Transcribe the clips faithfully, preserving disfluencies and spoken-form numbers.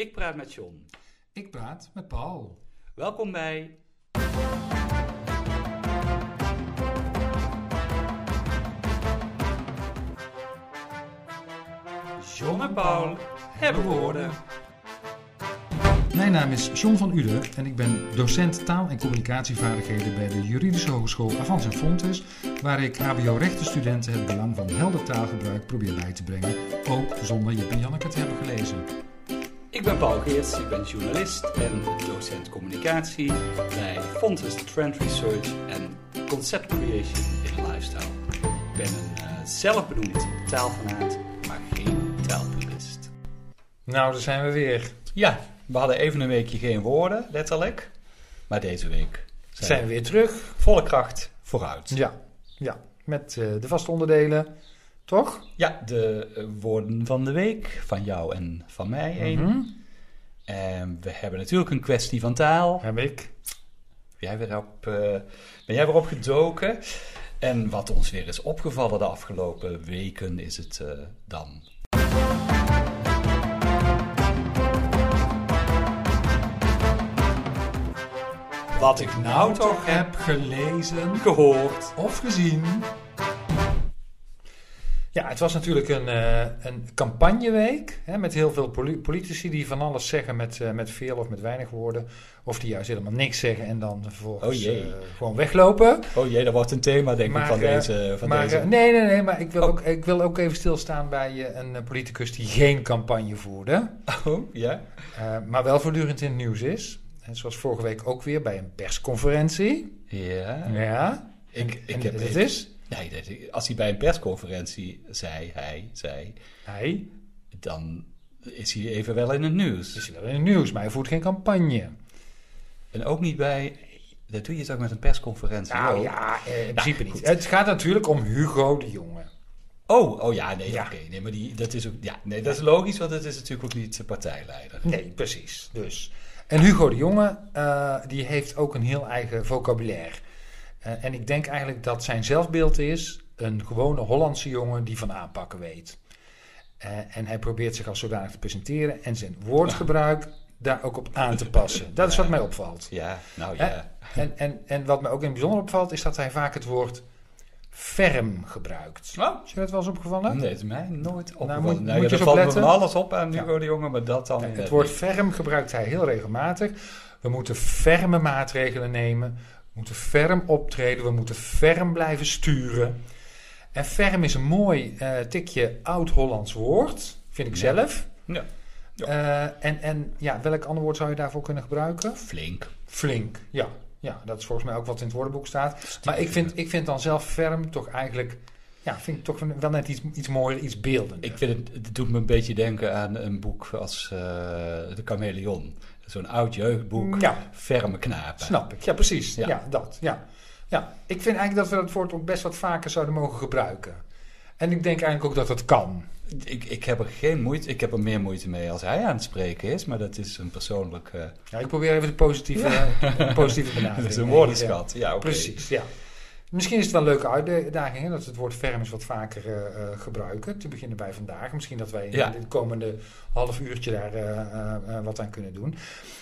Ik praat met John. Ik praat met Paul. Welkom bij... John en Paul hebben woorden. Mijn naam is John van Uden en ik ben docent taal- en communicatievaardigheden bij de Juridische Hogeschool Avans en Fontes, waar ik H B O-rechtenstudenten het belang van helder taalgebruik probeer bij te brengen, ook zonder Jip en Janneke te hebben gelezen. Ik ben Paul Geerts, ik ben journalist en docent communicatie bij Fontes Trend Research en Concept Creation in Lifestyle. Ik ben een uh, zelfbenoemd taalfanaat, maar geen taalpurist. Nou, daar zijn we weer. Ja, we hadden even een weekje geen woorden, letterlijk. Maar deze week zijn, zijn we weer terug. Volle kracht vooruit. Ja, ja. Met uh, de vaste onderdelen, toch? Ja, de uh, woorden van de week, van jou en van mij één. Mm-hmm. En we hebben natuurlijk een kwestie van taal. Heb ik. Jij weer op, uh, ben jij weer opgedoken? En wat ons weer is opgevallen de afgelopen weken is het uh, dan... Wat ik nou toch heb gelezen, gehoord of gezien. Ja, het was natuurlijk een, uh, een campagneweek hè, met heel veel politici die van alles zeggen met, uh, met veel of met weinig woorden. Of die juist helemaal niks zeggen en dan vervolgens oh uh, gewoon weglopen. Oh jee, dat wordt een thema denk maar, ik van uh, deze. Van maar, deze. Uh, nee, nee, nee, maar ik wil, oh. ook, ik wil ook even stilstaan bij uh, een uh, politicus die geen campagne voerde. Oh, ja. Uh, maar wel voortdurend in het nieuws is. En zoals vorige week ook weer bij een persconferentie. Ja. Ja. Ik, en, ik en heb dat even, is... Nee, als hij bij een persconferentie zei, hij, zei... Hij? Dan is hij even wel in het nieuws. Is hij wel in het nieuws, maar hij voert geen campagne. En ook niet bij... Dat doe je toch met een persconferentie? Nou ook? ja, eh, in ja, principe goed. niet. Het gaat natuurlijk om Hugo de Jonge. Oh, oh ja, nee, ja. oké. Okay, nee, maar die, dat is ook... Ja, nee, dat is logisch, want het is natuurlijk ook niet de partijleider. Nee, precies. Dus... En Hugo de Jonge, uh, die heeft ook een heel eigen vocabulaire. Uh, en ik denk eigenlijk dat zijn zelfbeeld is een gewone Hollandse jongen die van aanpakken weet. Uh, en hij probeert zich als zodanig te presenteren en zijn woordgebruik daar ook op aan te passen. Dat is wat mij opvalt. Ja, nou ja. Uh, en, en, en wat mij ook in het bijzonder opvalt is dat hij vaak het woord ferm gebruikt. Oh. Is je dat wel eens opgevallen? Nee, het is mij nooit opgevallen. Nou, moet, nou, moet ja, je er valt letten. me van alles op aan Hugo ja. de Jonge, maar dat dan... Ja, het woord ferm gebruikt hij heel regelmatig. We moeten ferme maatregelen nemen. We moeten ferm optreden. We moeten ferm blijven sturen. En ferm is een mooi uh, tikje oud-Hollands woord, vind ik ja. zelf. Ja. Ja. Uh, en, en ja, welk ander woord zou je daarvoor kunnen gebruiken? Flink. Flink, ja. Ja, dat is volgens mij ook wat in het woordenboek staat. Stevig. Maar ik vind, ik vind dan zelf ferm toch eigenlijk... Ja, vind ik toch wel net iets, iets mooier, iets beeldender. Ik vind het, het doet me een beetje denken aan een boek als uh, De Chameleon. Zo'n oud jeugdboek, ja. Ferme knapen. Snap ik, ja precies. Ja, ja dat, ja. Ja, ik vind eigenlijk dat we dat woord ook best wat vaker zouden mogen gebruiken. En ik denk eigenlijk ook dat het kan. Ik, ik heb er geen moeite, ik heb er meer moeite mee als hij aan het spreken is, maar dat is een persoonlijk... Uh... Ja, ik probeer even de positieve, ja. positieve benadering. Dat is een woordenschat, ja, ja okay. Precies, ja. Misschien is het wel een leuke uitdaging, hè, dat we het woord ferm eens wat vaker uh, gebruiken. Te beginnen bij vandaag. Misschien dat wij ja. in het komende half uurtje daar uh, uh, uh, wat aan kunnen doen.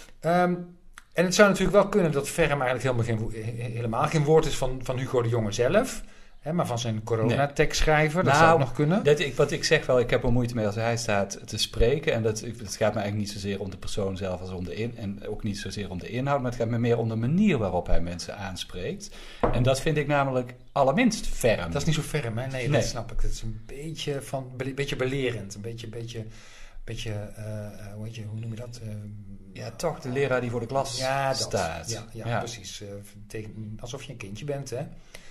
Um, en het zou natuurlijk wel kunnen dat ferm eigenlijk helemaal geen, helemaal geen woord is van, van Hugo de Jonge zelf. Hè, maar van zijn coronatekstschrijver, dat nou, zou ook nog kunnen. Dat, ik, wat ik zeg wel, ik heb er moeite mee als hij staat te spreken. En dat, het gaat me eigenlijk niet zozeer om de persoon zelf als om de in, en ook niet zozeer om de inhoud. Maar het gaat me meer om de manier waarop hij mensen aanspreekt. En dat vind ik namelijk allerminst ferm. Dat is niet zo ferm, hè? Nee, nee. dat snap ik. Dat is een beetje, van, een beetje belerend. Een beetje, beetje, beetje uh, hoe, heet je, hoe noem je dat? Uh, ja, toch, de leraar die voor de klas ja, staat. Ja, ja, ja, precies. Uh, tegen, alsof je een kindje bent, hè?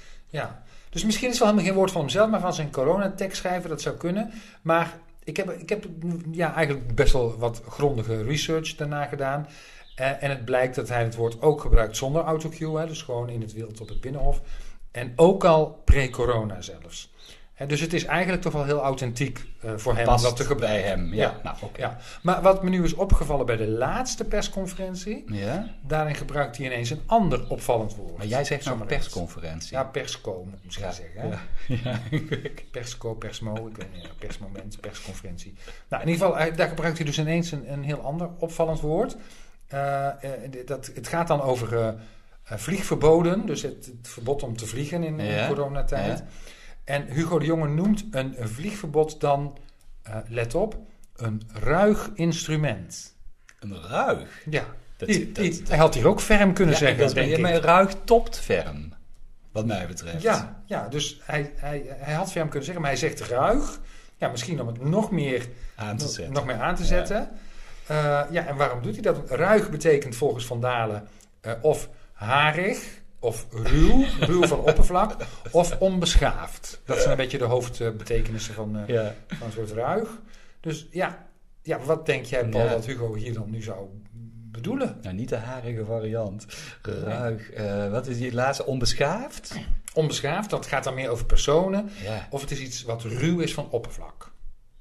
Ja. Dus misschien is het wel helemaal geen woord van hemzelf, maar van zijn coronatekstschrijver, dat zou kunnen. Maar ik heb, ik heb ja, eigenlijk best wel wat grondige research daarna gedaan. Uh, en het blijkt dat hij het woord ook gebruikt zonder autocue, hè, dus gewoon in het wild op het Binnenhof. En ook al pre-corona zelfs. He, dus het is eigenlijk toch wel heel authentiek uh, voor hem. Past dat te gebruiken. bij hem, ja. ja. Nou, okay. ja. Maar wat me nu is opgevallen bij de laatste persconferentie... Ja? daarin gebruikt hij ineens een ander opvallend woord. Maar jij zegt nou persconferentie. Ja, persco moet ik misschien ja, zeggen. Hè? Ja. Ja. Persco, persmo, ik weet niet, persmoment, persconferentie. Nou, in ieder geval, daar gebruikt hij dus ineens een, een heel ander opvallend woord. Uh, uh, dat, het gaat dan over uh, uh, vliegverboden, dus het, het verbod om te vliegen in, ja. in coronatijd. Ja. En Hugo de Jonge noemt een, een vliegverbod dan, uh, let op, een ruig instrument. Een ruig? Ja. Dat, die, die, dat, hij had hier ook ferm kunnen ja, zeggen. Dat denk ik. Maar ruig topt ferm, wat mij betreft. Ja, ja dus hij, hij, hij had ferm kunnen zeggen, maar hij zegt ruig. Ja, misschien om het nog meer aan te zetten. Nog meer aan te zetten. Ja. Uh, ja, en waarom doet hij dat? Ruig betekent volgens Van Dalen uh, of harig... Of ruw, ruw van oppervlak, of onbeschaafd. Dat zijn een beetje de hoofdbetekenissen van, uh, ja. van een soort ruig. Dus ja, ja wat denk jij, Paul, ja. dat Hugo hier dan nu zou bedoelen? Nou, niet de harige variant. Ruig. Uh, wat is die laatste? Onbeschaafd? Onbeschaafd, dat gaat dan meer over personen. Ja. Of het is iets wat ruw is van oppervlak.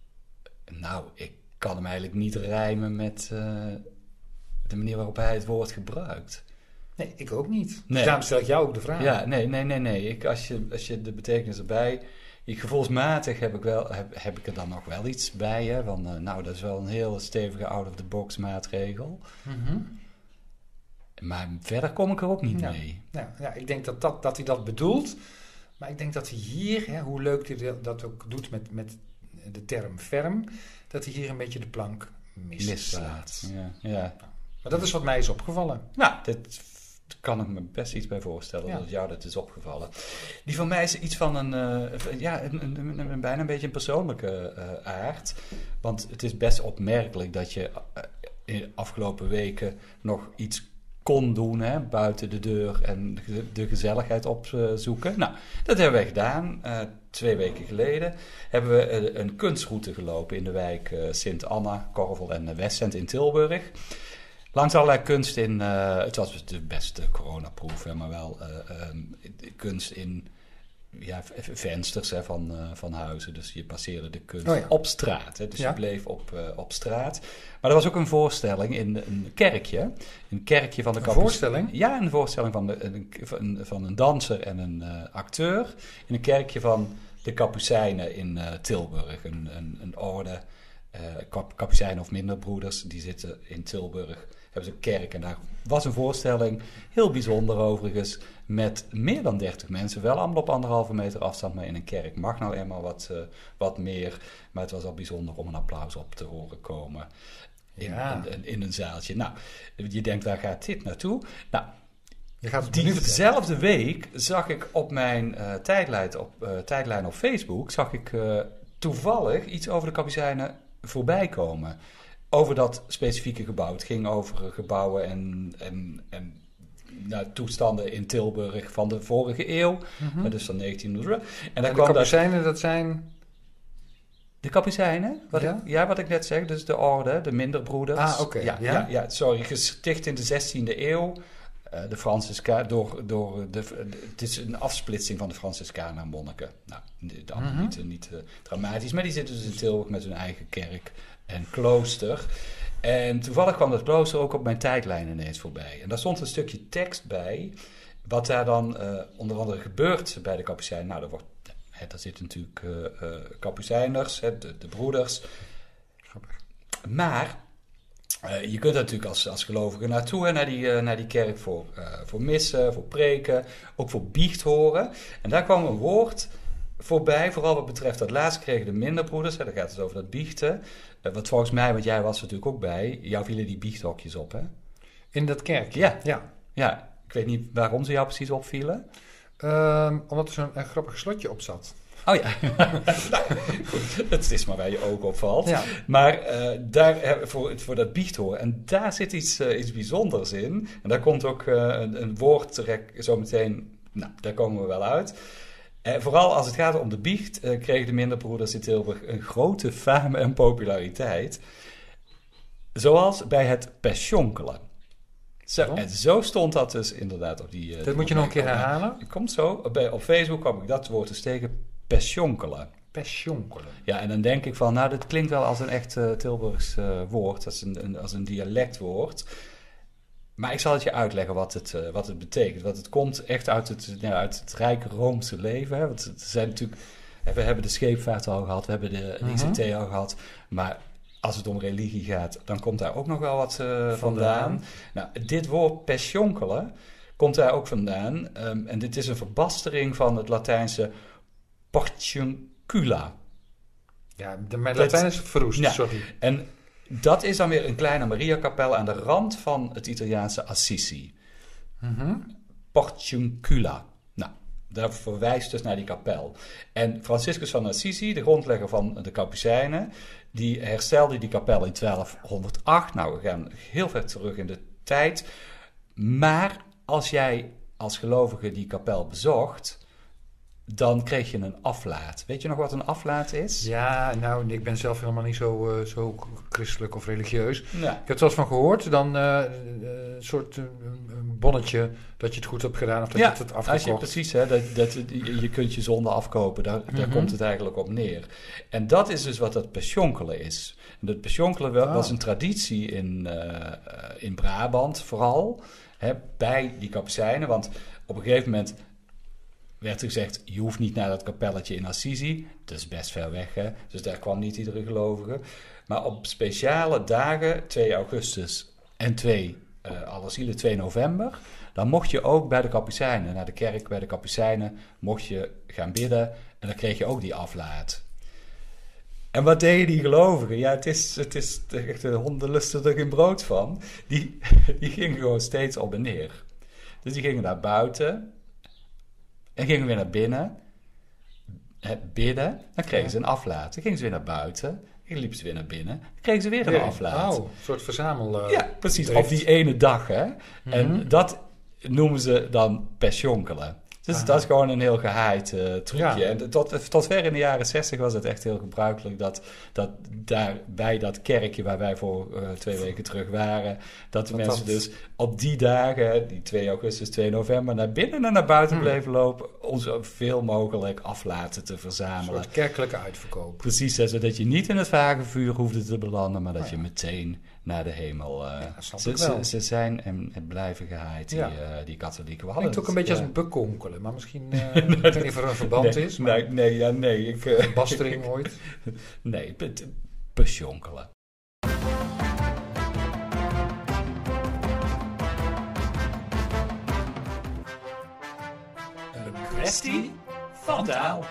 Nou, ik kan hem eigenlijk niet rijmen met uh, de manier waarop hij het woord gebruikt. Nee, ik ook niet. Nee. Dus daarom stel ik jou ook de vraag. Ja, nee, nee, nee, nee. Ik, als, je, als je de betekenis erbij... Ik, gevoelsmatig heb ik, wel, heb, heb ik er dan nog wel iets bij. Hè, van, uh, nou, dat is wel een heel stevige out-of-the-box maatregel. Mm-hmm. Maar verder kom ik er ook niet ja. mee. Ja, ja, ik denk dat, dat, dat hij dat bedoelt. Maar ik denk dat hij hier, hè, hoe leuk hij dat ook doet met, met de term ferm... dat hij hier een beetje de plank mislaat. Ja, ja. Maar dat is wat mij is opgevallen. Nou, dit... Daar kan ik me best iets bij voorstellen, ja. dat jou dat is opgevallen. Die van mij is iets van een, uh, ja, een, een, een, een, bijna een beetje een persoonlijke uh, aard. Want het is best opmerkelijk dat je uh, in de afgelopen weken nog iets kon doen, hè, buiten de deur en de, de gezelligheid opzoeken. Nou, dat hebben wij gedaan. Uh, twee weken geleden hebben we uh, een kunstroute gelopen in de wijk uh, Sint-Anna, Korvel en Westend in Tilburg. Langs allerlei kunst in, uh, het was de beste coronaproef, hè, maar wel uh, um, kunst in ja, vensters hè, van, uh, van huizen. Dus je passeerde de kunst oh ja. op straat. Hè, dus ja. je bleef op, uh, op straat. Maar er was ook een voorstelling in een kerkje. Een kerkje van de Een Capu- voorstelling? Ja, een voorstelling van, de, een, van, van een danser en een uh, acteur. In een kerkje van de Kapucijnen in uh, Tilburg. Een, een, een orde, uh, Kapucijnen of Minderbroeders, die zitten in Tilburg. Hebben ze een kerk en daar was een voorstelling, heel bijzonder overigens, met meer dan dertig mensen, wel allemaal op anderhalve meter afstand, maar in een kerk mag nou eenmaal wat, uh, wat meer. Maar het was al bijzonder om een applaus op te horen komen in, ja. in, in, in een zaaltje. Nou, je denkt, waar gaat dit naartoe? Nou, je gaat het diezelfde week zag ik op mijn uh, tijdlijn, op, uh, tijdlijn op Facebook, zag ik uh, toevallig iets over de Kapucijnen voorbij komen. Over dat specifieke gebouw. Het ging over gebouwen en, en, en nou, toestanden in Tilburg van de vorige eeuw. Mm-hmm. Dus van negentienhonderd. En, en de Kapucijnen, dat... dat zijn... De Kapucijnen? Wat ja? Ik, ja, wat ik net zeg. Dus de orde, de Minderbroeders. Ah, oké. Okay. Ja, ja? Ja, ja, sorry. Gesticht in de zestiende eeuw. Uh, de Francisca, door, door de, de, het is een afsplitsing van de Franciscaner monniken. Nou, de andere mm-hmm. niet, niet uh, dramatisch. Maar die zitten dus in Tilburg met hun eigen kerk en klooster. En toevallig kwam dat klooster ook op mijn tijdlijn ineens voorbij. En daar stond een stukje tekst bij, wat daar dan uh, onder andere gebeurt bij de Kapucijnen. Nou, daar, wordt, hè, daar zitten natuurlijk uh, uh, Kapucijners, hè, de, de broeders. Grappig. Maar uh, je kunt natuurlijk als, als gelovige naartoe, hè, naar, die, uh, naar die kerk voor, uh, voor missen, voor preken, ook voor biecht horen. En daar kwam een woord voorbij, vooral wat betreft dat laatst kregen de Minderbroeders, hè, daar gaat het dus over dat biechten. Uh, wat volgens mij, want jij was er natuurlijk ook bij, jou vielen die biechthokjes op, hè? In dat kerkje? Ja. ja. Ja, ik weet niet waarom ze jou precies opvielen. Um, omdat er zo'n een grappig slotje op zat. Oh ja, het is maar waar je ook opvalt. Ja. Maar uh, daar, voor, voor dat biechthoren, en daar zit iets, uh, iets bijzonders in. En daar komt ook uh, een, een woord terecht, zo meteen, nou, daar komen we wel uit. Uh, vooral als het gaat om de biecht, uh, kregen de Minderbroeders in Tilburg een grote fame en populariteit. Zoals bij het pesjonkelen. Zo, en zo stond dat dus inderdaad op die... Uh, dat moet je nog een keer herhalen? Ik kom zo, op, op Facebook kwam ik dat woord eens tegen, pesjonkelen. Pesjonkelen. Ja, en dan denk ik van, nou, dat klinkt wel als een echt uh, Tilburgs uh, woord, als een, een, als een dialectwoord. Maar ik zal het je uitleggen wat het, uh, wat het betekent. Want het komt echt uit het, ja, uit het rijke Roomse leven. Hè? Want het zijn natuurlijk, we hebben de scheepvaart al gehad, we hebben de, de I C T mm-hmm. al gehad. Maar als het om religie gaat, dan komt daar ook nog wel wat uh, vandaan. vandaan. Nou, dit woord pesjonkelen komt daar ook vandaan. Um, en dit is een verbastering van het Latijnse portiuncula. Ja, de, mijn Latijn is verroest, ja, sorry. En dat is dan weer een kleine Mariakapel aan de rand van het Italiaanse Assisi. Mm-hmm. Portiuncula. Nou, daar verwijst dus naar die kapel. En Franciscus van Assisi, de grondlegger van de Kapucijnen, die herstelde die kapel in twaalfhonderdacht. Nou, we gaan heel ver terug in de tijd. Maar als jij als gelovige die kapel bezocht, dan kreeg je een aflaat. Weet je nog wat een aflaat is? Ja, nou, ik ben zelf helemaal niet zo, uh, zo christelijk of religieus. Ja. Ik heb er wel eens van gehoord. Dan uh, een soort uh, een bonnetje dat je het goed hebt gedaan of dat ja, je het afgekocht. Als je, precies, hè, dat, dat, je kunt je zonde afkopen. Daar, mm-hmm. daar komt het eigenlijk op neer. En dat is dus wat dat pesjonkelen is. En dat pesjonkelen oh. was een traditie in, uh, in Brabant vooral. Hè, bij die Kapucijnen. Want op een gegeven moment werd er gezegd, je hoeft niet naar dat kapelletje in Assisi. Dat is best ver weg, hè? Dus daar kwam niet iedere gelovige. Maar op speciale dagen, twee augustus en twee, uh, Allerzielen, twee november, dan mocht je ook bij de Kapucijnen, naar de kerk bij de Kapucijnen, mocht je gaan bidden en dan kreeg je ook die aflaat. En wat deden die gelovigen? Ja, het is, het is echt de honden lusten er geen brood van. Die, die gingen gewoon steeds op en neer. Dus die gingen naar buiten en gingen weer naar binnen, bidden, dan kregen ja. ze een aflaat. Dan gingen ze weer naar buiten, dan liepen ze weer naar binnen, dan kregen ze weer een ja. aflaat. Oh, een soort verzamel. Uh, ja, precies, drift. Op die ene dag. Hè? Mm-hmm. En dat noemen ze dan pesjonkelen. Dus Aha. dat is gewoon een heel gehaaid uh, trucje. Ja. En tot, tot ver in de jaren zestig was het echt heel gebruikelijk dat, dat daar bij dat kerkje waar wij voor uh, twee weken terug waren, dat de mensen dat... dus op die dagen, die twee augustus, twee november, naar binnen en naar buiten hmm. bleven lopen, om zoveel mogelijk aflaten te verzamelen. Een soort kerkelijke uitverkoop. Precies, hè, zodat je niet in het vage vuur hoefde te belanden, maar dat oh, ja. je meteen naar de hemel. Uh, ja, ze, ze, ze zijn en, en blijven gehaaid, die, ja. uh, die katholieken. We hadden het ook een beetje ja. als een bekonkelen, maar misschien uh, ik weet niet of er een verband nee, is. Maar nee, nee, ja, nee. Ik, uh, een bastering ooit. Nee, pesjonkelen. Een kwestie van taal.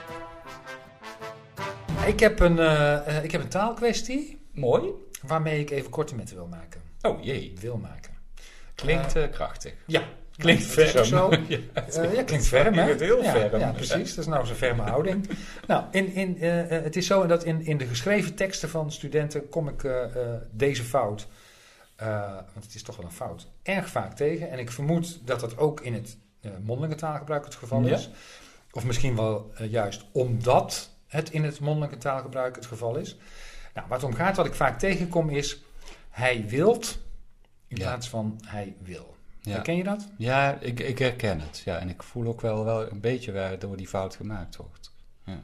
Ik heb een, uh, uh, ik heb een taalkwestie. Mooi. Waarmee ik even korte wil maken. Oh jee. Wil maken. Klinkt uh, krachtig. Ja. Klinkt ferm. Zo. ja, uh, ja, klinkt ferm, hè? Heel ja, ferm. Ja, precies. Dat is nou zo'n ferme houding. Nou, in, in, uh, het is zo dat in, in de geschreven teksten van studenten kom ik uh, uh, deze fout, uh, want het is toch wel een fout, erg vaak tegen. En ik vermoed dat dat ook in het uh, mondelinge taalgebruik het geval is. Ja. Of misschien wel uh, juist omdat het in het mondelinge taalgebruik het geval is. Nou, wat om gaat, wat ik vaak tegenkom is, hij wilt in ja. plaats van hij wil. Ja. Herken je dat? Ja, ik, ik herken het. Ja, en ik voel ook wel, wel een beetje waardoor die fout gemaakt wordt. Ja.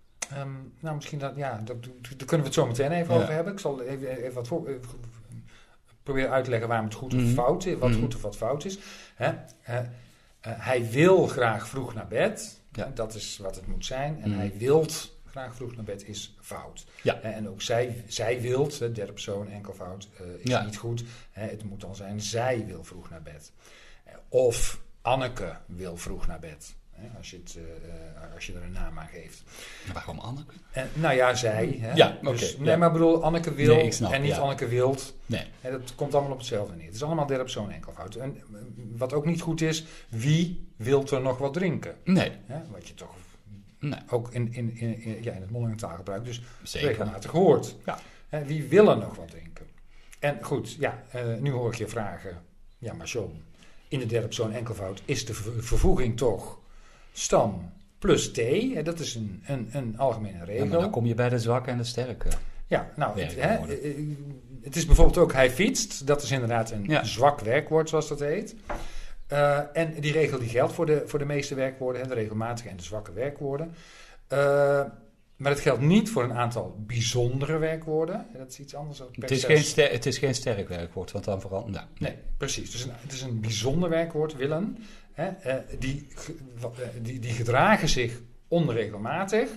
Um, nou, misschien dat, ja, dat, daar kunnen we het zo meteen even ja. over hebben. Ik zal even, even wat voor, even proberen uit te leggen waarom het goed of mm-hmm. fout is, wat mm-hmm. goed of wat fout is. Hè? Uh, uh, hij wil graag vroeg naar bed. Ja. Dat is wat het moet zijn. En mm-hmm. hij wilt graag vroeg naar bed is fout. Ja. Uh, en ook zij, zij wilt, de derde persoon enkelvoud, uh, is ja. niet goed. Uh, het moet dan zijn, zij wil vroeg naar bed. Uh, of Anneke wil vroeg naar bed. Uh, als, je het, uh, uh, als je er een naam aan geeft. Waarom Anneke? Uh, nou ja, zij. Hè? Ja, oké. Okay, dus, ja. Nee, maar ik bedoel, Anneke wil nee, snap, en niet ja. Anneke wilt. Nee. Uh, dat komt allemaal op hetzelfde neer. Het is allemaal derde persoon enkelvoud. En uh, wat ook niet goed is, wie wil er nog wat drinken? Nee. Uh, wat je toch... Nee. Ook in, in, in, in, ja, in het mondelinge taalgebruik, dus Zeker. regelmatig hoort. Ja. Uh, wie wil er nog wat drinken? En goed, ja, uh, nu hoor ik je vragen. Ja, maar John, in de derde persoon enkelvoud is de ver- vervoeging toch stam plus t. Uh, dat is een, een, een algemene regel. Ja, maar dan kom je bij de zwakke en de sterke. Ja, nou, het, hè, uh, het is bijvoorbeeld ook hij fietst. Dat is inderdaad een ja. zwak werkwoord, zoals dat heet. Uh, en die regel die geldt voor de, voor de meeste werkwoorden, hè, de regelmatige en de zwakke werkwoorden. Uh, maar het geldt niet voor een aantal bijzondere werkwoorden. Dat is iets anders. Het is, geen ster- het is geen sterk werkwoord, want dan vooral... Nou, nee. nee, precies. Dus een, het is een bijzonder werkwoord, willen. Hè, uh, die, uh, die, die gedragen zich onregelmatig.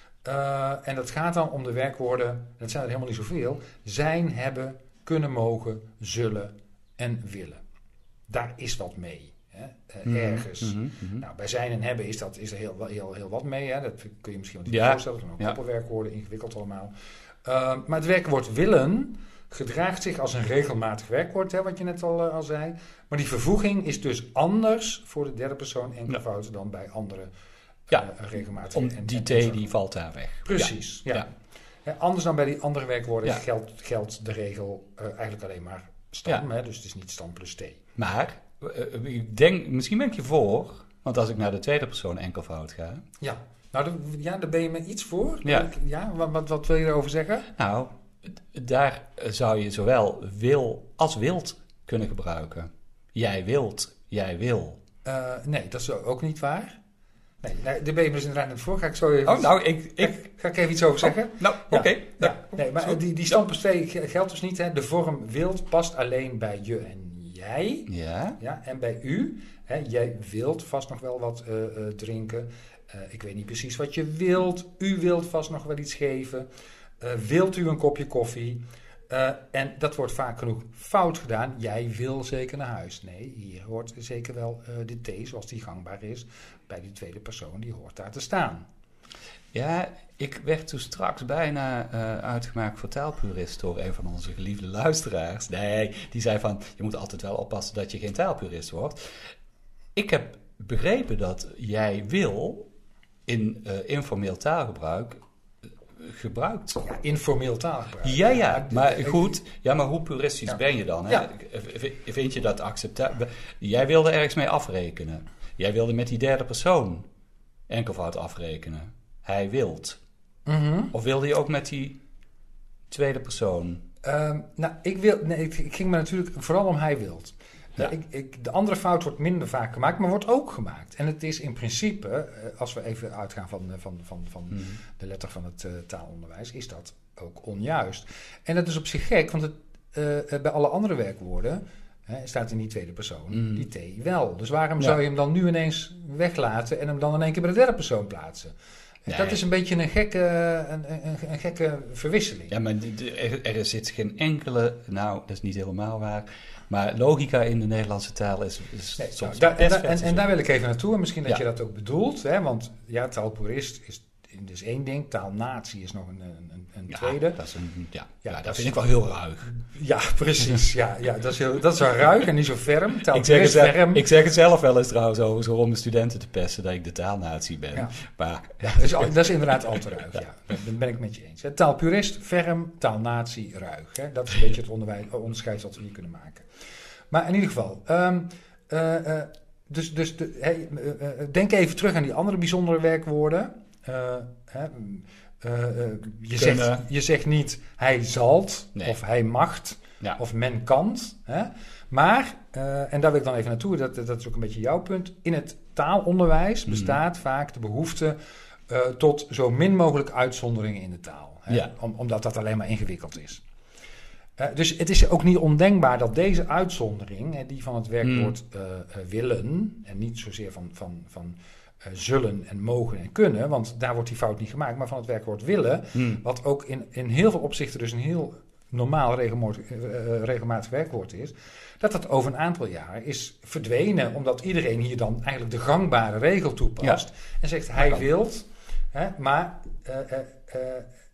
Uh, en dat gaat dan om de werkwoorden, dat zijn er helemaal niet zoveel. Zijn, hebben, kunnen, mogen, zullen en willen. Daar is wat mee. Hè? Uh, mm-hmm. Ergens. Mm-hmm. Nou, bij zijn en hebben is, dat, is er heel, heel, heel wat mee. Hè? Dat kun je misschien wel niet ja. voorstellen. Dat zijn ook ja. koppelwerkwoorden, ingewikkeld allemaal. Uh, maar het werkwoord willen gedraagt zich als een regelmatig werkwoord, hè, wat je net al, uh, al zei. Maar die vervoeging is dus anders voor de derde persoon enkelvoud ja. dan bij andere ja. uh, regelmatige. Om en, die en, T en die valt daar weg. Precies, ja. ja. ja. Anders dan bij die andere werkwoorden ja. geldt, geldt de regel uh, eigenlijk alleen maar stam. Ja. Hè, dus het is niet stam plus T. Maar... Ik denk, misschien ben ik je voor, want als ik naar de tweede persoon enkelvoud ga... Ja, nou, de, ja daar ben je me iets voor. Ja. ja wat, wat, wat wil je erover zeggen? Nou, daar zou je zowel wil als wilt kunnen gebruiken. Jij wilt, jij wil. Uh, nee, dat is ook niet waar. Nee, daar ben je me dus inderdaad net voor. Ga ik zo even... Oh, nou, ik... ik... Ga ik even iets over zeggen? Oh, nou, oké. Okay. Ja, ja. Nee, maar die, die stam plus twee geldt dus niet. Hè. De vorm wilt past alleen bij je en jij, ja. Ja, en bij u, hè, jij wilt vast nog wel wat uh, uh, drinken. Uh, ik weet niet precies wat je wilt. U wilt vast nog wel iets geven. Uh, wilt u een kopje koffie? Uh, en dat wordt vaak genoeg fout gedaan. Jij wil zeker naar huis. Nee, hier hoort zeker wel uh, de T, zoals die gangbaar is, bij die tweede persoon, die hoort daar te staan. Ja, ik werd toen straks bijna uh, uitgemaakt voor taalpurist door een van onze geliefde luisteraars. Nee, die zei van, je moet altijd wel oppassen dat je geen taalpurist wordt. Ik heb begrepen dat jij wil in uh, informeel taalgebruik uh, gebruikt. Ja, informeel taalgebruik. Ja, ja, maar goed. Ja, maar hoe puristisch ja. ben je dan? Hè? Ja. Vind je dat acceptabel? Jij wilde ergens mee afrekenen. Jij wilde met die derde persoon enkelvoud afrekenen. Hij wilt. Mm-hmm. Of wilde je ook met die tweede persoon? Um, nou, ik, wil, nee, ik, ik ging me natuurlijk vooral om hij wilt. Ja. Ik, ik, de andere fout wordt minder vaak gemaakt, maar wordt ook gemaakt. En het is in principe, als we even uitgaan van, van, van, van mm. de letter van het uh, taalonderwijs, is dat ook onjuist. En dat is op zich gek, want het, uh, bij alle andere werkwoorden hè, staat in die tweede persoon mm. die T wel. Dus waarom ja. zou je hem dan nu ineens weglaten en hem dan in één keer bij de derde persoon plaatsen? Nee. Dat is een beetje een gekke, een, een, een gekke verwisseling. Ja, maar er, er zit geen enkele... Nou, dat is niet helemaal waar. Maar logica in de Nederlandse taal is, is nee, soms... Nou, da, da, en, en daar wil ik even naartoe. En misschien dat ja. je dat ook bedoelt. Hè? Want ja, taalpurist is dus één ding. Taalnatie is nog een, een, een ja, tweede. Dat is een, ja, ja, ja, dat, dat vind is, ik wel heel ruig. Ja, precies. ja, ja, dat, is heel, dat is wel ruig en niet zo ferm. Ik zeg, het zelf, ferm. ik zeg het zelf wel eens trouwens over om de studenten te pesten dat ik de taalnatie ben. Ja. Maar, ja, dat, is, dat is inderdaad al te ruig. Ja. Ja. Dat ben ik met je eens. Taalpurist, ferm, taalnatie, ruig. Hè? Dat is een beetje het onderscheid wat we hier kunnen maken. Maar in ieder geval... Um, uh, uh, dus, dus de, hey, uh, uh, denk even terug aan die andere bijzondere werkwoorden. Uh, uh, uh, uh, je, zegt, je zegt niet hij zalt nee. of hij macht ja. of men kant. Hè? Maar, uh, en daar wil ik dan even naartoe, dat, dat is ook een beetje jouw punt. In het taalonderwijs bestaat mm. vaak de behoefte uh, tot zo min mogelijk uitzonderingen in de taal. Hè? Ja. Om, omdat dat alleen maar ingewikkeld is. Uh, dus het is ook niet ondenkbaar dat deze uitzondering, hè, die van het werkwoord uh, uh, willen, en niet zozeer van, van, van uh, zullen en mogen en kunnen, want daar wordt die fout niet gemaakt, maar van het werkwoord willen, hmm. wat ook in, in heel veel opzichten dus een heel normaal regelmatig, uh, regelmatig werkwoord is, dat dat over een aantal jaar is verdwenen, omdat iedereen hier dan eigenlijk de gangbare regel toepast ja. en zegt hij wilt, hè, maar uh, uh, uh,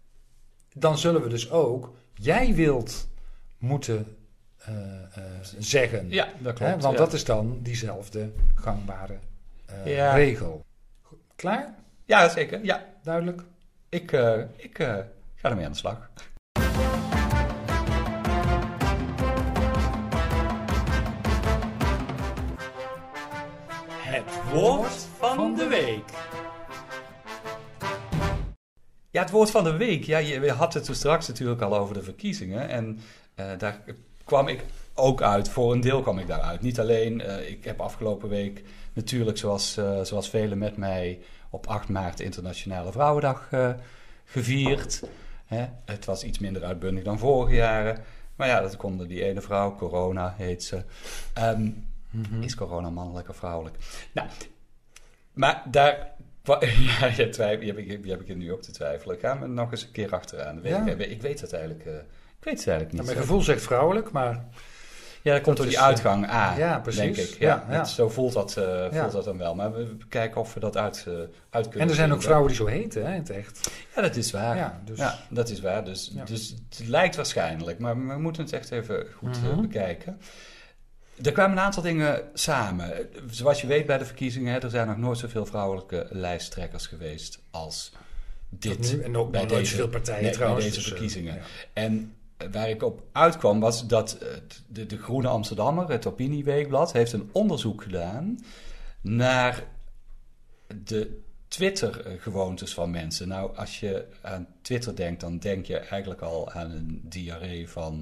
dan zullen we dus ook jij wilt moeten uh, uh, zeggen. Ja, dat klopt. Hè? Want ja. dat is dan diezelfde gangbare uh, ja. regel. Klaar? Ja, zeker. Ja. Duidelijk? Ik, uh, ik uh, ga ermee aan de slag. Het woord van de week. Ja, het woord van de week. Ja, je had het toen straks natuurlijk al over de verkiezingen. En uh, daar kwam ik ook uit. Voor een deel kwam ik daaruit. Niet alleen. Uh, ik heb afgelopen week natuurlijk, zoals, uh, zoals velen met mij, op acht maart Internationale Vrouwendag uh, gevierd. Hè? Het was iets minder uitbundig dan vorige jaren. Maar ja, dat konden die ene vrouw, corona heet ze. Um, mm-hmm. Is corona mannelijk of vrouwelijk? Nou, maar daar... Ja, je, twijfel, je, heb ik, je heb ik er nu op te twijfelen. Ik ga me nog eens een keer achteraan. Ja. Ik, ik weet het eigenlijk, uh, ik weet het eigenlijk niet. Nou, mijn gevoel zegt vrouwelijk, maar... Ja, dat komt door die uitgang A, ja, precies. denk ik. Ja, ja, ja. Het, zo voelt dat, uh, voelt ja. dat dan wel. Maar we kijken of we dat uit, uh, uit kunnen. En er zijn ook vrouwen die zo heten, hè, in het echt. Ja, dat is waar. Ja, dus... ja dat is waar. Dus, ja. dus het lijkt waarschijnlijk. Maar we moeten het echt even goed mm-hmm. uh, bekijken. Er kwamen een aantal dingen samen. Zoals je weet bij de verkiezingen, hè, er zijn nog nooit zoveel vrouwelijke lijsttrekkers geweest als dit. Nu, en ook bij deze, zoveel partijen nee, trouwens. Bij deze dus, verkiezingen. Uh, ja. En waar ik op uitkwam was dat de, de Groene Amsterdammer, het Opinieweekblad, heeft een onderzoek gedaan naar de Twitter-gewoontes van mensen. Nou, als je aan Twitter denkt, dan denk je eigenlijk al aan een diarree van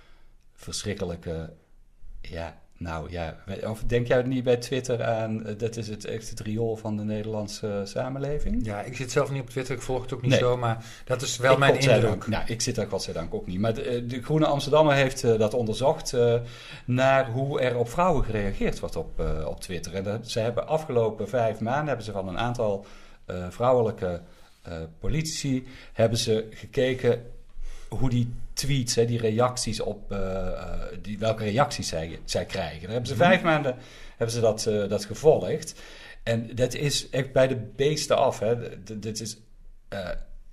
verschrikkelijke... Ja, nou ja, of denk jij niet bij Twitter aan, uh, dat is het echt het riool van de Nederlandse uh, samenleving? Ja, ik zit zelf niet op Twitter, ik volg het ook niet nee. zo, maar dat is wel ik mijn indruk. Nou, ik zit daar godzijdank ook niet. Maar de, de Groene Amsterdammer heeft uh, dat onderzocht uh, naar hoe er op vrouwen gereageerd wordt op, uh, op Twitter. En dat, ze hebben afgelopen vijf maanden, hebben ze van een aantal uh, vrouwelijke uh, politici, hebben ze gekeken hoe die tweets, hè, die reacties op, uh, uh, die, welke reacties zij, zij krijgen. Daar hebben ze vijf maanden hebben ze dat, uh, dat gevolgd. En dat is echt bij de beesten af. Hè. D- dit is, uh,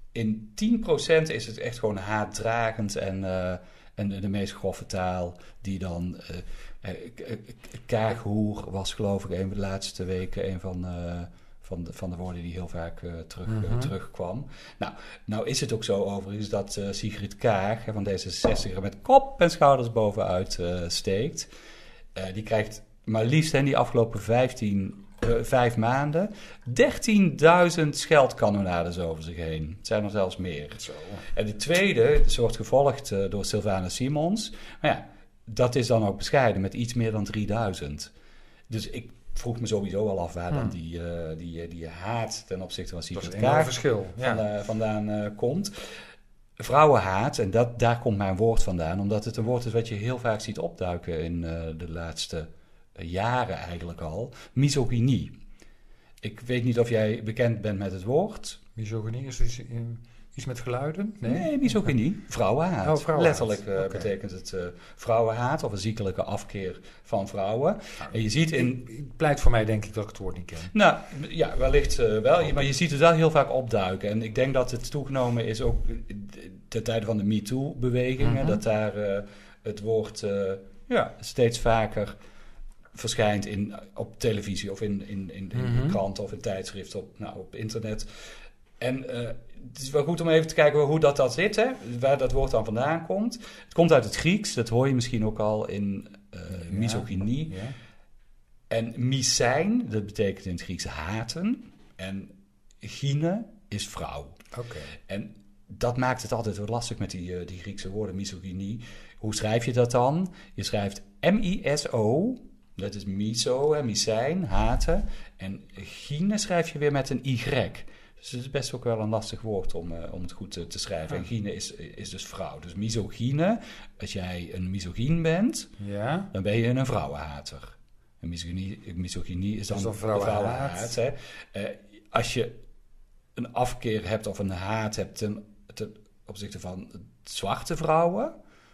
in tien procent is het echt gewoon haatdragend en, uh, en de, de meest grove taal die dan... Uh, uh, kaaghoer was geloof ik een van de laatste weken een van... Uh, Van de, van de woorden die heel vaak uh, terug, mm-hmm. uh, terugkwam. Nou, nou is het ook zo overigens dat uh, Sigrid Kaag hè, van D zesenzestig met kop en schouders bovenuit uh, steekt. Uh, die krijgt maar liefst in die afgelopen vijftien, uh, vijf maanden dertienduizend scheldkanonades over zich heen. Het zijn er zelfs meer. Zo. En de tweede, ze wordt gevolgd uh, door Sylvana Simons. Maar ja, dat is dan ook bescheiden met iets meer dan drieduizend. Dus ik vroeg me sowieso al af waar hmm. dan die, uh, die, die haat ten opzichte van Sigrid Kaag verschil. Ja. Van, uh, vandaan uh, komt. Vrouwenhaat, en dat, daar komt mijn woord vandaan, omdat het een woord is wat je heel vaak ziet opduiken in uh, de laatste uh, jaren eigenlijk al. Misogynie. Ik weet niet of jij bekend bent met het woord. Misogynie is iets, iets met geluiden? Nee, nee misogynie. Vrouwenhaat. Oh, vrouwenhaat. Letterlijk uh, okay. betekent het uh, vrouwenhaat of een ziekelijke afkeer van vrouwen. Nou, en je ziet in... Het pleit voor mij denk ik dat ik het woord niet ken. Nou, ja, wellicht uh, wel. Maar je ziet het wel heel vaak opduiken. En ik denk dat het toegenomen is ook ten tijde van de MeToo-bewegingen. Mm-hmm. Dat daar uh, het woord uh, ja, steeds vaker verschijnt in, op televisie of in, in, in, in mm-hmm. kranten of in tijdschriften op, nou, op internet. En uh, het is wel goed om even te kijken hoe dat, dat zit, hè? Waar dat woord dan vandaan komt. Het komt uit het Grieks, dat hoor je misschien ook al in uh, ja, misogynie. Ja. En misijn, dat betekent in het Grieks haten. En gyne is vrouw. Okay. En dat maakt het altijd wel lastig met die, uh, die Griekse woorden, misogynie. Hoe schrijf je dat dan? Je schrijft M I S O, dat is miso, hè, misijn, haten. En gyne schrijf je weer met een Y. Dus het is best ook wel een lastig woord om, uh, om het goed te, te schrijven. Ja. En gyne is, is dus vrouw. Dus misogyne, als jij een misogyn bent, ja. dan ben je een vrouwenhater. En misogynie, misogynie is dan, dan vrouwenhaat. vrouwenhaat hè. Uh, als je een afkeer hebt of een haat hebt ten, ten opzichte van zwarte vrouwen,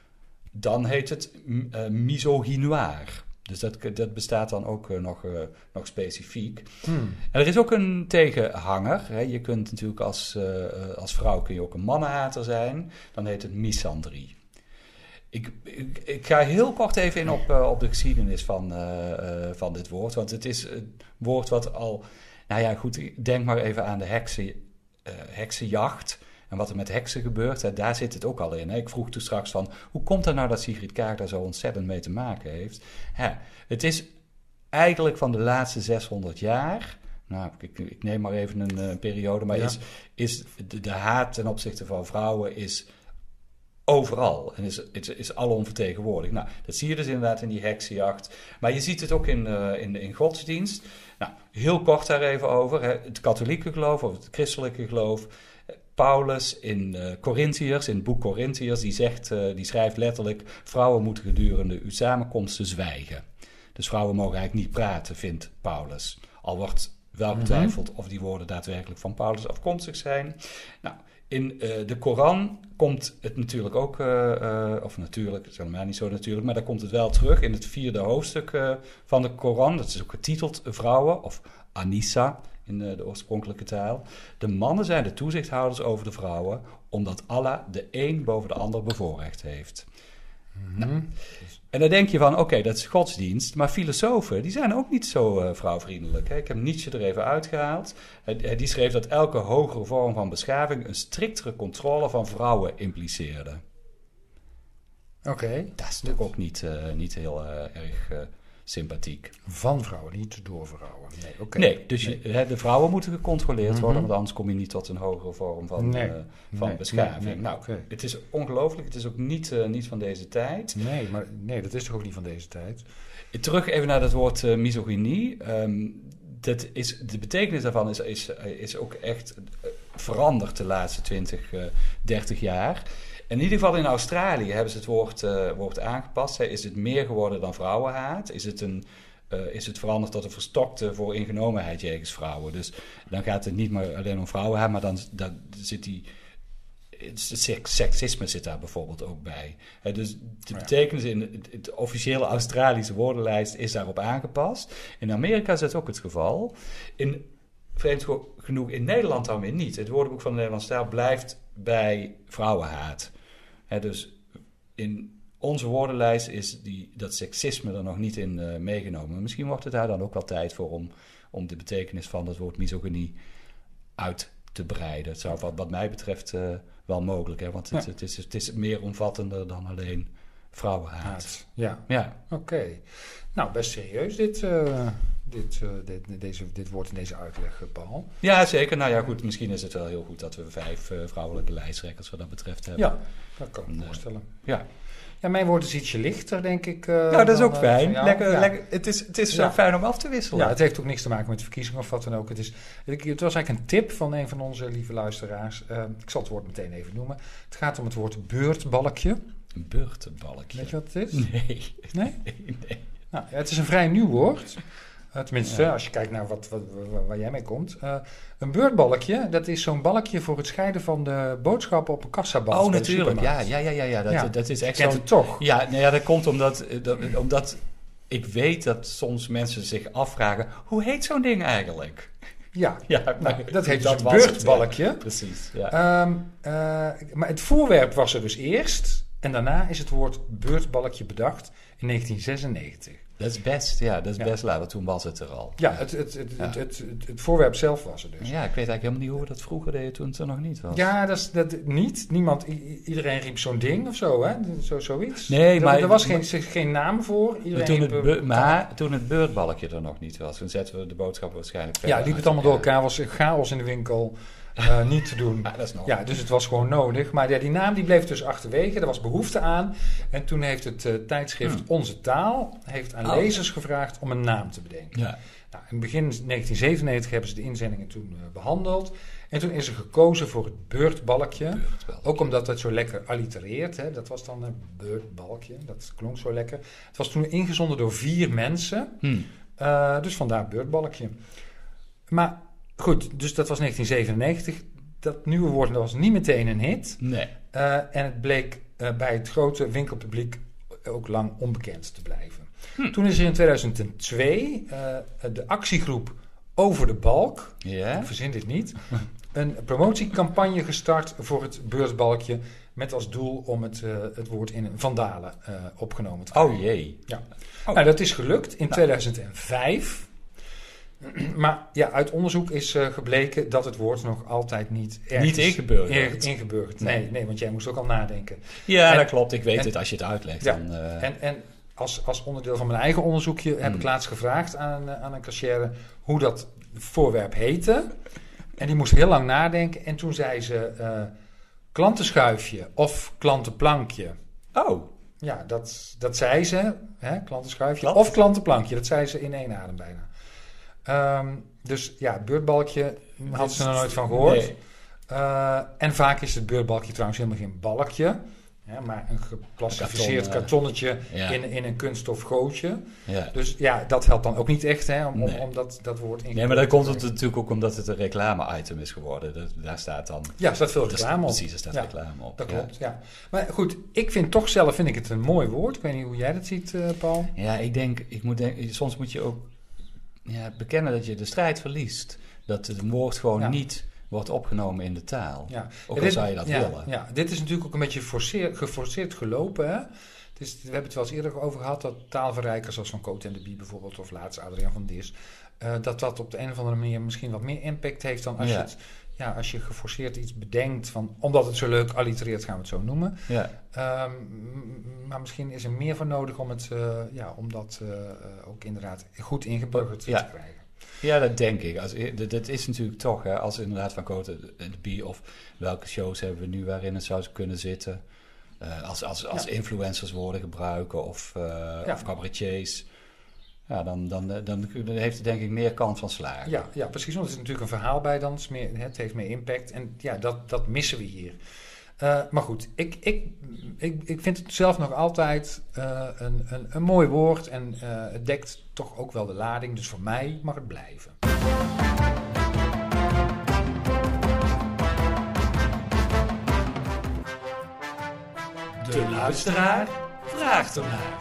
dan heet het uh, misogynoir. Dus dat, dat bestaat dan ook uh, nog, uh, nog specifiek. Hmm. En er is ook een tegenhanger. Hè. Je kunt natuurlijk als, uh, als vrouw kun je ook een mannenhater zijn. Dan heet het misandrie. Ik, ik, ik ga heel kort even in op, uh, op de geschiedenis van, uh, uh, van dit woord. Want het is een woord wat al... Nou ja, goed, denk maar even aan de heksen, uh, heksenjacht. En wat er met heksen gebeurt, hè, daar zit het ook al in. Hè. Ik vroeg toen straks van, hoe komt het nou dat Sigrid Kaag daar zo ontzettend mee te maken heeft? Ja, het is eigenlijk van de laatste zeshonderd jaar... Nou, ik, ik neem maar even een uh, periode, maar ja. is, is de, de haat ten opzichte van vrouwen is overal. En is, is, is alomvertegenwoordigd. Nou, dat zie je dus inderdaad in die heksenjacht. Maar je ziet het ook in, uh, in, in godsdienst. Nou, heel kort daar even over. Hè. Het katholieke geloof of het christelijke geloof. Paulus in uh, Corinthiërs, in het boek Corinthiërs, die, zegt, uh, die schrijft letterlijk: vrouwen moeten gedurende uw samenkomsten zwijgen. Dus vrouwen mogen eigenlijk niet praten, vindt Paulus. Al wordt wel getwijfeld mm-hmm. of die woorden daadwerkelijk van Paulus afkomstig zijn. Nou, in uh, de Koran komt het natuurlijk ook, uh, uh, of natuurlijk, het is helemaal niet zo natuurlijk, maar daar komt het wel terug in het vierde hoofdstuk uh, van de Koran. Dat is ook getiteld vrouwen, of Anissa in de, de oorspronkelijke taal. De mannen zijn de toezichthouders over de vrouwen, omdat Allah de een boven de ander bevoorrecht heeft. Mm-hmm. Nou, en dan denk je van, oké, okay, dat is godsdienst, maar filosofen, die zijn ook niet zo uh, vrouwvriendelijk. Hè? Ik heb Nietzsche er even uitgehaald. Uh, die schreef dat elke hogere vorm van beschaving een striktere controle van vrouwen impliceerde. Oké. Okay. Dat is natuurlijk ook niet, uh, niet heel uh, erg uh, sympathiek. Van vrouwen, niet door vrouwen. Nee, okay. nee dus nee. Je, hè, de vrouwen moeten gecontroleerd mm-hmm. worden, want anders kom je niet tot een hogere vorm van, nee. uh, van nee. beschaving. Nee, nee. Nou, okay. Het is ongelooflijk, het is ook niet, uh, niet van deze tijd. Nee, maar nee, dat is toch ook niet van deze tijd? Terug even naar het woord uh, misogynie. Um, dat is, de betekenis daarvan is, is, is ook echt uh, veranderd de laatste twintig, dertig jaar. In ieder geval in Australië hebben ze het woord, uh, woord aangepast. Hè. Is het meer geworden dan vrouwenhaat? Is het, een, uh, is het veranderd tot een verstokte vooringenomenheid jegens vrouwen? Dus dan gaat het niet meer alleen om vrouwenhaat, maar dan, dan zit die... Het seksisme zit daar bijvoorbeeld ook bij. He, dus de betekenis in het, het officiële Australische woordenlijst is daarop aangepast. In Amerika is dat ook het geval. In, vreemd genoeg in Nederland dan weer niet. Het woordenboek van de Nederlandse taal blijft bij vrouwenhaat. He, dus in onze woordenlijst is die, dat seksisme er nog niet in uh, meegenomen. Misschien wordt het daar dan ook wel tijd voor om, om de betekenis van het woord misogynie uit te breiden. Het zou wat, wat mij betreft uh, wel mogelijk, hè? Want het, ja. het, is, het is meer omvattender dan alleen vrouwenhaat. Haat. Ja, ja. Oké. Okay. Nou, best serieus dit, uh, dit, uh, dit, deze, dit woord in deze uitleg, Paul. Ja, zeker. Nou ja, goed, misschien is het wel heel goed dat we vijf uh, vrouwelijke lijsttrekkers wat dat betreft hebben. Ja, dat kan ik me voorstellen. Ja. Ja, mijn woord is ietsje lichter, denk ik. Uh, nou, dat is ook dan, fijn. uh, lekker, ja. lekker, het is, het is ja. fijn om af te wisselen. Ja, het heeft ook niks te maken met de verkiezingen of wat dan ook. Het, is, het was eigenlijk een tip van een van onze lieve luisteraars. Uh, ik zal het woord meteen even noemen. Het gaat om het woord beurtbalkje. Een beurtbalkje? Weet je wat het is? Nee. Nee? nee. Nou, ja, het is een vrij nieuw woord. Uh, tenminste, ja. als je kijkt naar wat, wat, waar, waar jij mee komt. Uh, een beurtbalkje, dat is zo'n balkje voor het scheiden van de boodschappen op een kassaband. Oh, natuurlijk. Ja, ja, ja, ja, ja. Dat, ja. dat is echt zo. het toch? Ja, nou ja, dat komt omdat, dat, omdat ik weet dat soms mensen zich afvragen, hoe heet zo'n ding eigenlijk? Ja, ja nou, dat heet dus een beurtbalkje. Ja. Precies, ja. Um, uh, maar het voorwerp was er dus eerst. En daarna is het woord beurtbalkje bedacht in negentien zesennegentig. Dat is best, ja, dat is ja. best laat, want toen was het er al. Ja, het, het, het, ja. Het, het, het, het voorwerp zelf was er dus. Ja, ik weet eigenlijk helemaal niet hoe we dat vroeger deden toen het er nog niet was. Ja, dat is dat niet. Niemand, i, iedereen riep zo'n ding of zo, hè? Zo, zoiets. Nee, er, maar... Er was geen, geen naam voor. Iedereen toen, riep, het be, maar toen het beurtbalkje er nog niet was, toen zetten we de boodschappen waarschijnlijk verder. Ja, liep het allemaal door elkaar, was chaos in de winkel. Uh, niet te doen. Ja, dat is nog. Ja, dus het was gewoon nodig. Maar ja, die naam die bleef dus achterwege. Er was behoefte aan. En toen heeft het uh, tijdschrift hmm. Onze Taal heeft aan oh. lezers gevraagd om een naam te bedenken. Ja. Nou, in begin negentien zevenennegentig hebben ze de inzendingen toen uh, behandeld. En toen is er gekozen voor het beurtbalkje. beurtbalkje. Ook omdat het zo lekker allitereert. Hè. Dat was dan een beurtbalkje. Dat klonk zo lekker. Het was toen ingezonden door vier mensen. Hmm. Uh, dus vandaar beurtbalkje. Maar... Goed, dus dat was negentien zevenennegentig. Dat nieuwe woord was niet meteen een hit. Nee. Uh, en het bleek uh, bij het grote winkelpubliek ook lang onbekend te blijven. Hm. Toen is er in tweeduizend twee uh, de actiegroep Over de Balk, ja? ik verzin dit niet, een promotiecampagne gestart voor het beurtbalkje met als doel om het, uh, het woord in vandalen uh, opgenomen te krijgen. Oh jee. Ja. Oh. Nou, dat is gelukt in nou. tweeduizend vijf. Maar ja, uit onderzoek is uh, gebleken dat het woord nog altijd niet niet ingeburgerd. ingeburgerd. Nee, nee, nee, want jij moest ook al nadenken. Ja, en, dat klopt. Ik weet en, het als je het uitlegt. Ja, dan, uh... En, en als, als onderdeel van mijn eigen onderzoekje hmm. heb ik laatst gevraagd aan, uh, aan een cashier hoe dat voorwerp heette. En die moest heel lang nadenken. En toen zei ze uh, Klantenschuifje of klantenplankje. Oh. Ja, dat, dat zei ze. Hè, klantenschuifje Klant? of klantenplankje. Dat zei ze in één adem bijna. Um, dus ja, beurtbalkje had ze er nooit van gehoord. Nee. Uh, en vaak is het beurtbalkje trouwens helemaal geen balkje. Ja, maar een geplastificeerd Karton, kartonnetje ja. in, in een kunststof gootje. Ja. Dus ja, dat helpt dan ook niet echt, hè, om, Nee. om, om dat, dat woord in. Nee, maar dan komt het natuurlijk ook omdat het een reclame-item is geworden. Dat, daar staat dan... Ja, er staat veel reclame op. Precies, er staat ja, reclame op. Dat ja. klopt, ja. Maar goed, ik vind toch zelf vind ik het een mooi woord. Ik weet niet hoe jij dat ziet, uh, Paul. Ja, ik denk, ik moet denken, soms moet je ook ja, bekennen dat je de strijd verliest. Dat het woord gewoon Ja. niet wordt opgenomen in de taal. Ja. Ook Ja, al dit, zou je dat ja, willen. Ja, dit is natuurlijk ook een beetje forceer, geforceerd gelopen. Hè? Het is, we hebben het wel eens eerder over gehad dat taalverrijkers als Van Cote en de Bie bijvoorbeeld, of laatst Adriaan van Dis, uh, dat dat op de een of andere manier misschien wat meer impact heeft dan als, Ja. je, het, ja, als je geforceerd iets bedenkt, van, omdat het zo leuk allitereert, gaan we het zo noemen. Ja. Um, maar misschien is er meer van nodig om, het, uh, ja, om dat uh, ook inderdaad goed ingeburgerd Ja. te krijgen. Ja, dat denk ik. Als, dat is natuurlijk toch, hè, als inderdaad Van Cote en de Bie of welke shows hebben we nu waarin het zou kunnen zitten. Uh, als als, als Ja. influencers woorden gebruiken of, uh, Ja. of cabaretiers. Ja, dan, dan, dan, dan heeft het denk ik meer kans van slagen. Ja, ja, precies. Want er zit natuurlijk een verhaal bij dan. Het, is meer, het heeft meer impact. En ja, dat, dat missen we hier. Uh, maar goed, ik, ik, ik, ik vind het zelf nog altijd uh, een, een, een mooi woord. En uh, het dekt toch ook wel de lading. Dus voor mij mag het blijven. De luisteraar vraagt ernaar.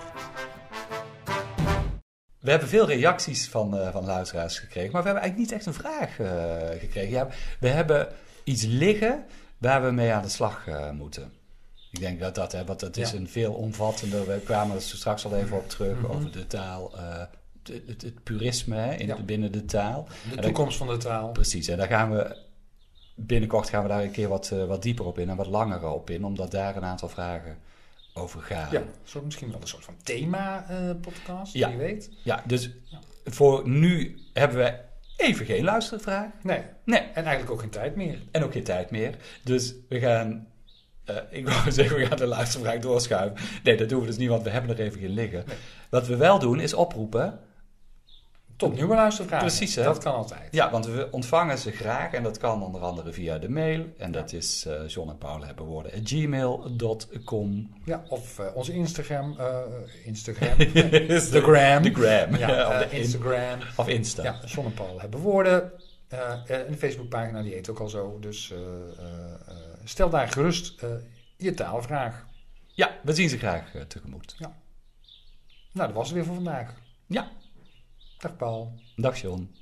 We hebben veel reacties van, uh, van luisteraars gekregen, maar we hebben eigenlijk niet echt een vraag uh, gekregen. Ja, we hebben iets liggen waar we mee aan de slag uh, moeten. Ik denk dat dat, hè, want dat is ja. een veel omvattender, we kwamen er straks al even op terug, mm-hmm. over de taal, uh, het, het, het purisme hè, in, ja. binnen de taal. De toekomst dan, van de taal. Precies, en daar gaan we binnenkort gaan we daar een keer wat, uh, wat dieper op in en wat langer op in, omdat daar een aantal vragen over gaan. Ja, zo misschien wel een soort van thema-podcast, uh, ja. wie weet. Ja, dus ja. voor nu hebben we even geen luistervraag. Nee. nee, en eigenlijk ook geen tijd meer. En ook geen tijd meer. Dus we gaan, uh, ik wou zeggen, we gaan de luistervraag doorschuiven. Nee, dat doen we dus niet, want we hebben er even geen liggen. Nee. Wat we wel doen, is oproepen tot nieuwe luistervragen. Precies, hè? Dat kan altijd. Ja, want we ontvangen ze graag en dat kan onder andere via de mail. En dat ja. is uh, John en Paul hebben woorden at gmail dot com. Ja, of uh, onze Instagram. Uh, Instagram. de gram. De gram. Ja, ja, uh, de Instagram. Of Insta. Ja, John en Paul hebben woorden. Uh, en de Facebookpagina die heet ook al zo. Dus uh, uh, uh, stel daar gerust uh, je taalvraag. Ja, we zien ze graag uh, tegemoet. Ja. Nou, dat was het weer voor vandaag. Ja. Dag Paul. Dag John.